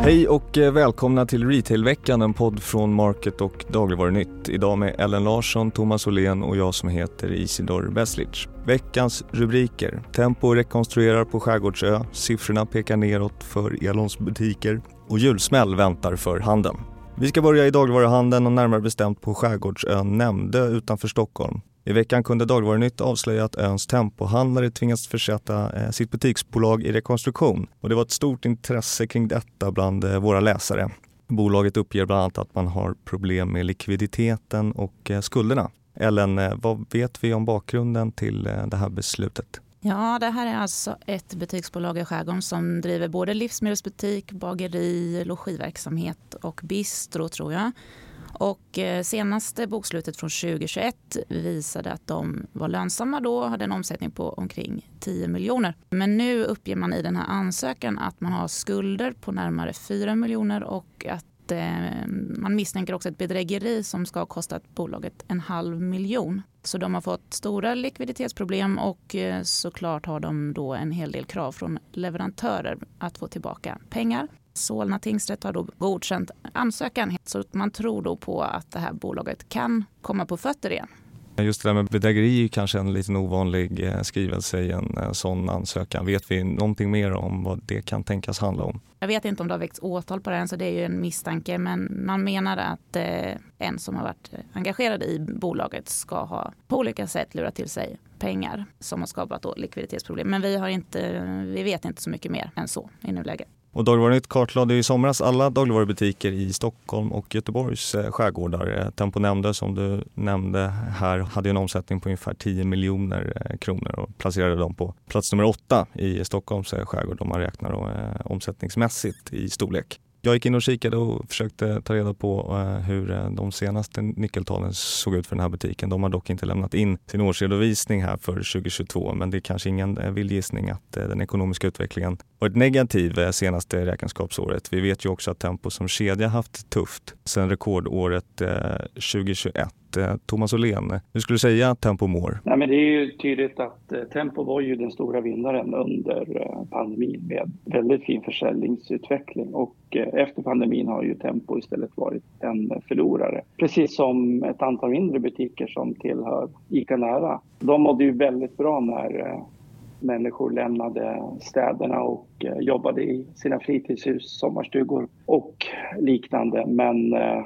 Hej och välkomna till Retailveckan, en podd från Market och Dagligvarunytt. Idag med Ellen Larsson, Thomas Åhlén och jag som heter Isidor Beslic. Veckans rubriker: Tempo rekonstruerar på Skärgårdsö, siffrorna pekar neråt för Elons butiker och julsmäll väntar för handeln. Vi ska börja i dagligvaruhandeln och närmare bestämt på Skärgårdsön Nämndö utanför Stockholm. I veckan kunde Dagligvarunytt avslöja att öns Tempohandlare tvingats försätta sitt butiksbolag i rekonstruktion. Och det var ett stort intresse kring detta bland våra läsare. Bolaget uppger bland annat att man har problem med likviditeten och skulderna. Ellen, vad vet vi om bakgrunden till det här beslutet? Ja, det här är alltså ett butiksbolag i skärgården som driver både livsmedelsbutik, bageri, logiverksamhet och bistro tror jag. Och senaste bokslutet från 2021 visade att de var lönsamma då och hade en omsättning på omkring 10 miljoner. Men nu uppger man i den här ansökan att man har skulder på närmare 4 miljoner och att man misstänker också ett bedrägeri som ska ha kostat bolaget 500 000. Så de har fått stora likviditetsproblem och såklart har de då en hel del krav från leverantörer att få tillbaka pengar. Solna tingsrätt har då godkänt ansökan, så man tror då på att det här bolaget kan komma på fötter igen. Just det där med bedrägeri är kanske en liten ovanlig skrivelse i en sån ansökan. Vet vi någonting mer om vad det kan tänkas handla om? Jag vet inte om det har väckts åtal på det än, så det är ju en misstanke. Men man menar att en som har varit engagerad i bolaget ska ha på olika sätt lurat till sig pengar som har skapat då likviditetsproblem. Men vi vet inte så mycket mer än så i nuläget. Och Dagligvarunytt kartlade i somras alla dagligvarubutiker i Stockholm och Göteborgs skärgårdar. Tempo Nämndö som du nämnde här hade en omsättning på ungefär 10 miljoner kronor och placerade dem på plats nummer 8 i Stockholms skärgård om man räknar omsättningsmässigt i storlek. Jag gick in och kikade och försökte ta reda på hur de senaste nyckeltalen såg ut för den här butiken. De har dock inte lämnat in sin årsredovisning här för 2022, men det är kanske ingen vildgissning att den ekonomiska utvecklingen varit negativ senaste räkenskapsåret. Vi vet ju också att Tempo som kedja haft tufft sedan rekordåret 2021. Thomas Åhlén, hur skulle du säga att Tempo mår? Nej, men det är ju tydligt att Tempo var ju den stora vinnaren under pandemin med väldigt fin försäljningsutveckling, och efter pandemin har ju Tempo istället varit en förlorare. Precis som ett antal mindre butiker som tillhör ICA Nära. De mådde ju väldigt bra när människor lämnade städerna och jobbade i sina fritidshus, sommarstugor och liknande. Men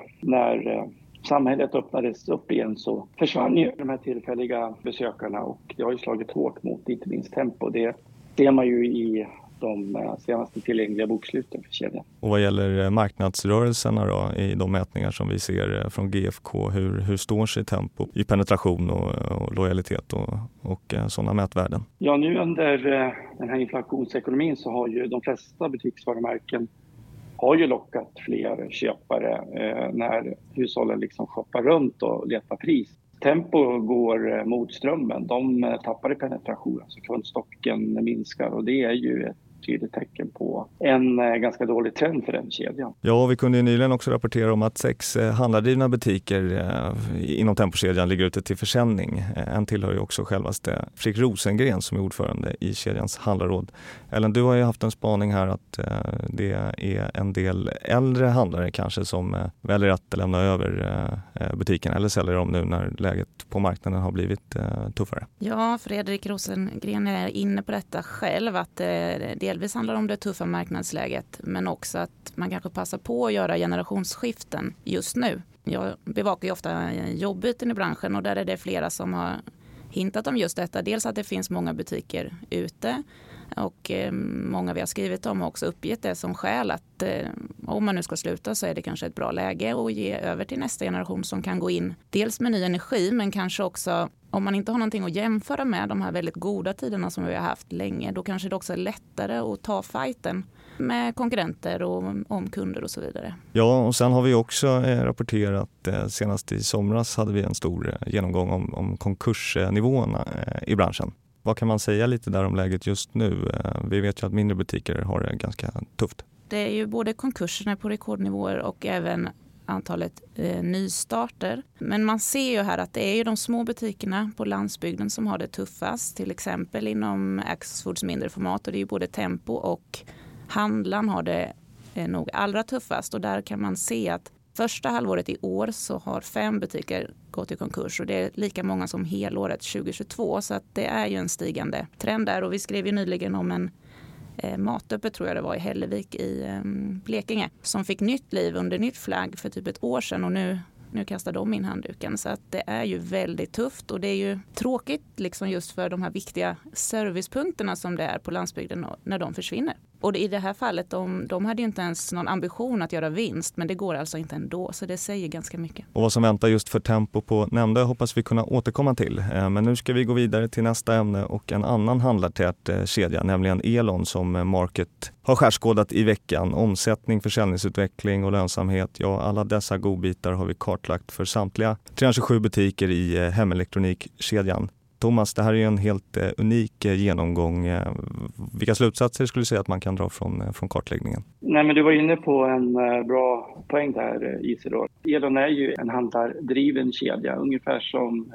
när samhället öppnades upp igen så försvann ju de här tillfälliga besökarna, och det har ju slagit hårt mot inte minst Tempo. Det ser man ju i de senaste tillgängliga boksluten för kedjan. Och vad gäller marknadsrörelserna då, i de mätningar som vi ser från GfK, hur står sig Tempo i penetration och lojalitet och sådana mätvärden? Ja, nu under den här inflationsekonomin så har ju de flesta butiksvarumärken har ju lockat fler köpare när hushållen liksom shoppar runt och letar pris. Tempo går mot strömmen. De tappar i penetration, så kundstocken minskar, och det är ju ett tydligt tecken på en ganska dålig trend för den kedjan. Ja, vi kunde ju nyligen också rapportera om att 6 handlardrivna butiker inom Tempo-kedjan ligger ute till försäljning. En tillhör ju också självaste Fredrik Rosengren som är ordförande i kedjans handlarråd. Ellen, du har ju haft en spaning här att det är en del äldre handlare kanske som väljer att lämna över butiken eller säljer dem nu när läget på marknaden har blivit tuffare. Ja, Fredrik Rosengren är inne på detta själv, att delvis handlar om det tuffa marknadsläget, men också att man kanske passar på att göra generationsskiften just nu. Jag bevakar ju ofta jobbbyten i branschen, och där är det flera som har hintat om just detta. Dels att det finns många butiker ute, och många vi har skrivit om har också uppgett det som skäl att om man nu ska sluta så är det kanske ett bra läge att ge över till nästa generation som kan gå in dels med ny energi, men kanske också om man inte har någonting att jämföra med de här väldigt goda tiderna som vi har haft länge, då kanske det också är lättare att ta fighten med konkurrenter och om kunder och så vidare. Ja, och sen har vi också rapporterat senast i somras hade vi en stor genomgång om konkursnivåerna i branschen. Vad kan man säga lite där om läget just nu? Vi vet ju att mindre butiker har det ganska tufft. Det är ju både konkurserna på rekordnivåer och även antalet nystarter. Men man ser ju här att det är ju de små butikerna på landsbygden som har det tuffast. Till exempel inom Axfoods mindre format, och det är ju både Tempo och Handlarn har det nog allra tuffast. Och där kan man se att första halvåret i år så har 5 butiker gått i konkurs och det är lika många som helåret 2022. Så att det är ju en stigande trend där. Och vi skrev ju nyligen om en matöppet, tror jag det var, i Hällevik i Blekinge som fick nytt liv under nytt flagg för typ ett år sedan och nu kastar de in handduken. Så att det är ju väldigt tufft och det är ju tråkigt liksom just för de här viktiga servicepunkterna som det är på landsbygden när de försvinner. Och i det här fallet, de hade ju inte ens någon ambition att göra vinst, men det går alltså inte ändå, så det säger ganska mycket. Och vad som väntar just för Tempo på nämnda hoppas vi kunna återkomma till. Men nu ska vi gå vidare till nästa ämne och en annan handlartät kedja, nämligen Elon som Market har skärskådat i veckan. Omsättning, försäljningsutveckling och lönsamhet, ja alla dessa godbitar har vi kartlagt för samtliga 327 butiker i hemelektronikkedjan. Thomas, det här är ju en helt unik genomgång. Vilka slutsatser skulle du säga att man kan dra från kartläggningen? Nej, men du var inne på en bra poäng där, Isidor. Elon är ju en handlardriven kedja, ungefär som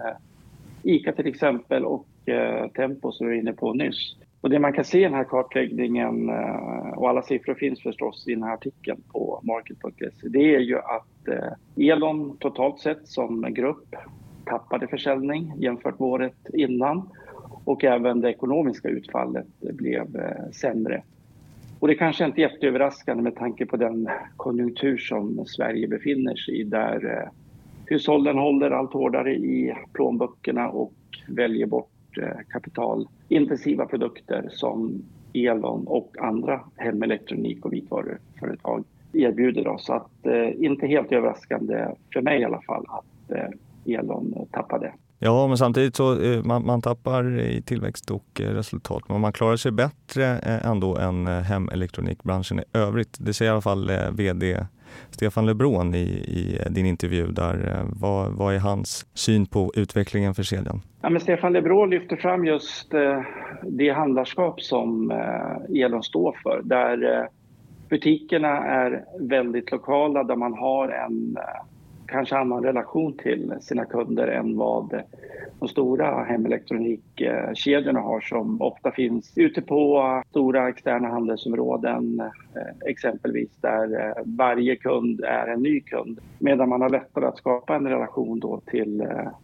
ICA till exempel och Tempo som du var inne på nyss. Och det man kan se i den här kartläggningen, och alla siffror finns förstås i den här artikeln på market.se, det är ju att Elon totalt sett som grupp tappade försäljning jämfört med året innan och även det ekonomiska utfallet blev sämre. Och det kanske inte är jätteöverraskande med tanke på den konjunktur som Sverige befinner sig i där hushållen håller allt hårdare i plånböckerna och väljer bort kapitalintensiva produkter som Elon och andra hemelektronik- och vitvaruföretag erbjuder oss. Så att inte helt överraskande för mig i alla fall att Elon tappade. Ja, men samtidigt så man tappar i tillväxt och resultat. Men man klarar sig bättre ändå än hemelektronikbranschen i övrigt. Det säger i alla fall vd Stefan Lebron i din intervju där. Vad är hans syn på utvecklingen för kedjan? Ja, men Stefan Lebron lyfter fram just det handlarskap som Elon står för. Där butikerna är väldigt lokala, där man har en kanske annan relation till sina kunder än vad de stora hemelektronikkedjorna har som ofta finns ute på stora externa handelsområden exempelvis där varje kund är en ny kund. Medan man har lättare att skapa en relation då till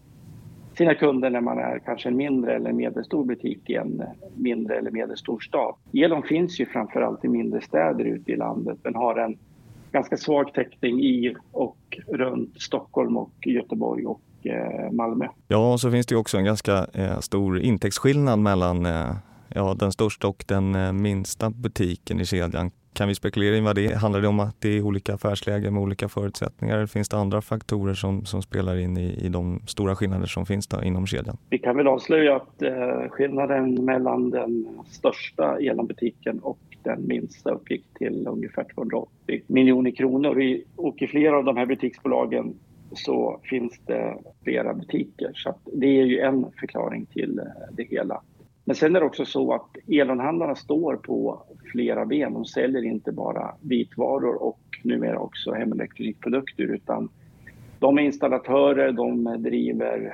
sina kunder när man är kanske en mindre eller medelstor butik i en mindre eller medelstor stad. Elon finns ju framförallt i mindre städer ute i landet men har en ganska svag täckning i och runt Stockholm och Göteborg och Malmö. Ja, och så finns det ju också en ganska stor intäktsskillnad mellan den största och den minsta butiken i kedjan. Kan vi spekulera i vad det handlar det om, att det är olika affärslägen med olika förutsättningar? Finns det andra faktorer som spelar in i de stora skillnader som finns då inom kedjan? Vi kan väl avslöja att skillnaden mellan den största Elon-butiken och den minsta uppgick till ungefär 280 miljoner kronor. Och i flera av de här butiksbolagen så finns det flera butiker. Så att det är ju en förklaring till det hela. Men sen är det också så att Elon-handlarna står på flera ben. De säljer inte bara vitvaror och numera också hemelektronikprodukter utan de är installatörer, de driver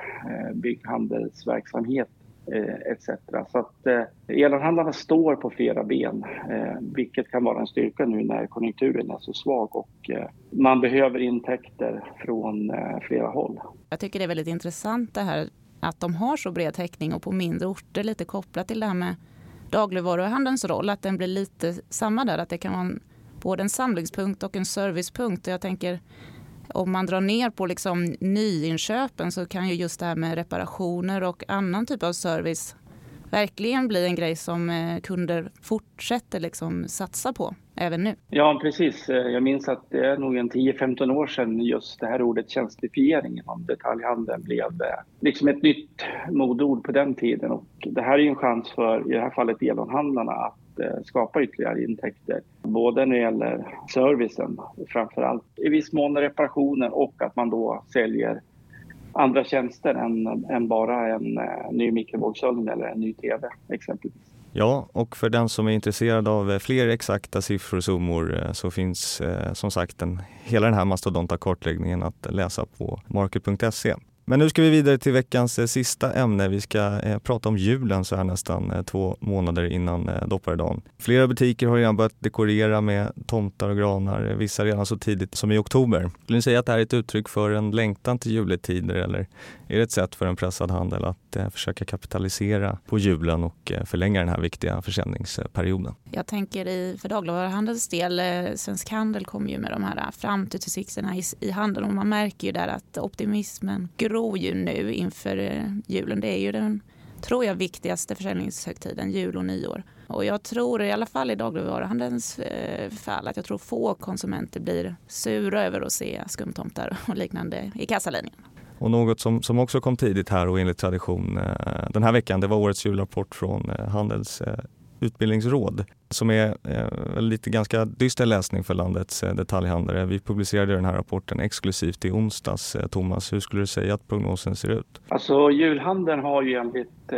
bygghandelsverksamhet etc. Så att Elon-handlarna står på flera ben, vilket kan vara en styrka nu när konjunkturen är så svag och man behöver intäkter från flera håll. Jag tycker det är väldigt intressant det här att de har så bred täckning och på mindre orter lite kopplat till det här med dagligvaruhandelns roll, att den blir lite samma där, att det kan vara både en samlingspunkt och en servicepunkt. Jag tänker om man drar ner på liksom nyinköpen så kan ju just det här med reparationer och annan typ av service verkligen bli en grej som kunder fortsätter liksom satsa på även nu. Ja, precis. Jag minns att det är nog en 10-15 år sedan just det här ordet tjänstifiering inom detaljhandeln blev liksom ett nytt modord på den tiden. Och det här är ju en chans för, i det här fallet, Elon-handlarna att skapa ytterligare intäkter. Både när det gäller servicen, framförallt i viss mån reparationer och att man då säljer andra tjänster än bara en ny mikrovågsugn eller en ny tv exempelvis. Ja, och för den som är intresserad av fler exakta siffror och summor så finns som sagt hela den här mastodonta kartläggningen att läsa på market.se. Men nu ska vi vidare till veckans sista ämne. Vi ska prata om julen så här nästan 2 månader innan dopparedagen. Flera butiker har redan börjat dekorera med tomtar och granar, vissa redan så tidigt som i oktober. Vill ni säga att det här är ett uttryck för en längtan till juletider, eller är det ett sätt för en pressad handel att försöka kapitalisera på julen och förlänga den här viktiga försäljningsperioden? Jag tänker för dagligvaruhandels del, Svensk Handel kommer ju med de här framtidsutsikterna i handeln, och man märker ju där att optimismen gror ju nu inför julen. Det är ju den, tror jag, viktigaste försäljningshögtiden, jul och nyår. Och jag tror i alla fall i dagligvaruhandelns fall att jag tror få konsumenter blir sura över att se skumtomtar och liknande i kassalinjen. Och något som också kom tidigt här och enligt tradition den här veckan, det var årets julrapport från Handels utbildningsråd, som är lite ganska dyster läsning för landets detaljhandlare. Vi publicerade den här rapporten exklusivt i onsdags. Thomas, hur skulle du säga att prognosen ser ut? Alltså julhandeln har ju enligt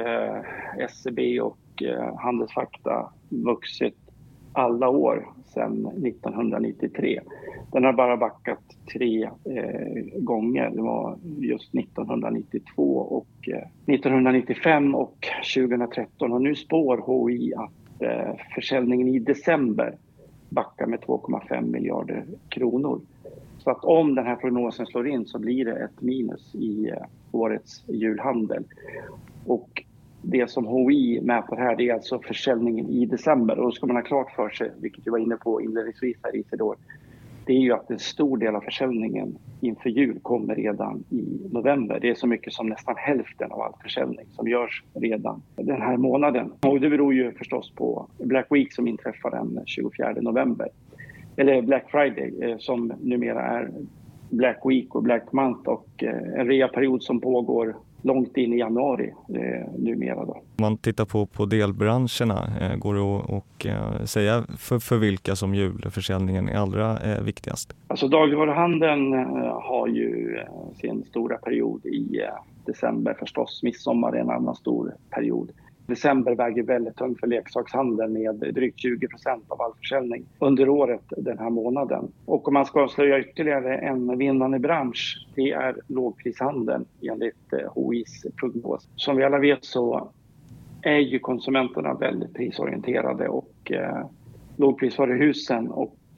SCB och Handelsfakta vuxit alla år sedan 1993. Den har bara backat 3 gånger. Det var just 1992 och 1995 och 2013. Och nu spår HI att försäljningen i december backar med 2,5 miljarder kronor. Så att om den här prognosen slår in så blir det ett minus i årets julhandel. Och det som HI mäter här, det är alltså försäljningen i december. Och då ska man ha klart för sig, vilket jag var inne på inledningsvis här i Isidor, det är ju att en stor del av försäljningen inför jul kommer redan i november. Det är så mycket som nästan hälften av all försäljning som görs redan den här månaden. Och det beror ju förstås på Black Week som inträffar den 24 november. Eller Black Friday som numera är Black Week och Black Month, och en reaperiod som pågår långt in i januari numera då. Om man tittar på delbranscherna, går det att säga för vilka som julförsäljningen är allra viktigast? Alltså dagligvaruhandeln har ju sin stora period i december förstås. Midsommar är en annan stor period. December väger väldigt tungt för leksakshandeln med drygt 20% av all försäljning under året den här månaden. Och om man ska avslöja ytterligare en vinnande bransch, det är lågprishandeln enligt HIs prognos. Som vi alla vet så är ju konsumenterna väldigt prisorienterade, och lågprisvaruhusen och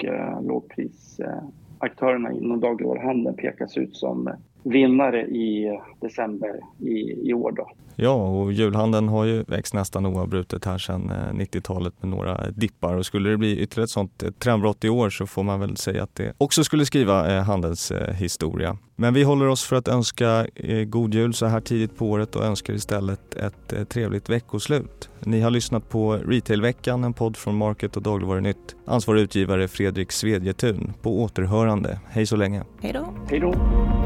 lågprisaktörerna inom dagligvaruhandeln pekas ut som vinnare i december i år då. Ja, och julhandeln har ju växt nästan oavbrutet här sedan 90-talet med några dippar, och skulle det bli ytterligare ett sånt trendbrott i år så får man väl säga att det också skulle skriva handels historia. Men vi håller oss för att önska god jul så här tidigt på året och önskar istället ett trevligt veckoslut. Ni har lyssnat på Retailveckan, en podd från Market och Dagligvarunytt. Ansvarig utgivare Fredrik Svedjetun. På återhörande. Hej så länge. Hej då. Hej då.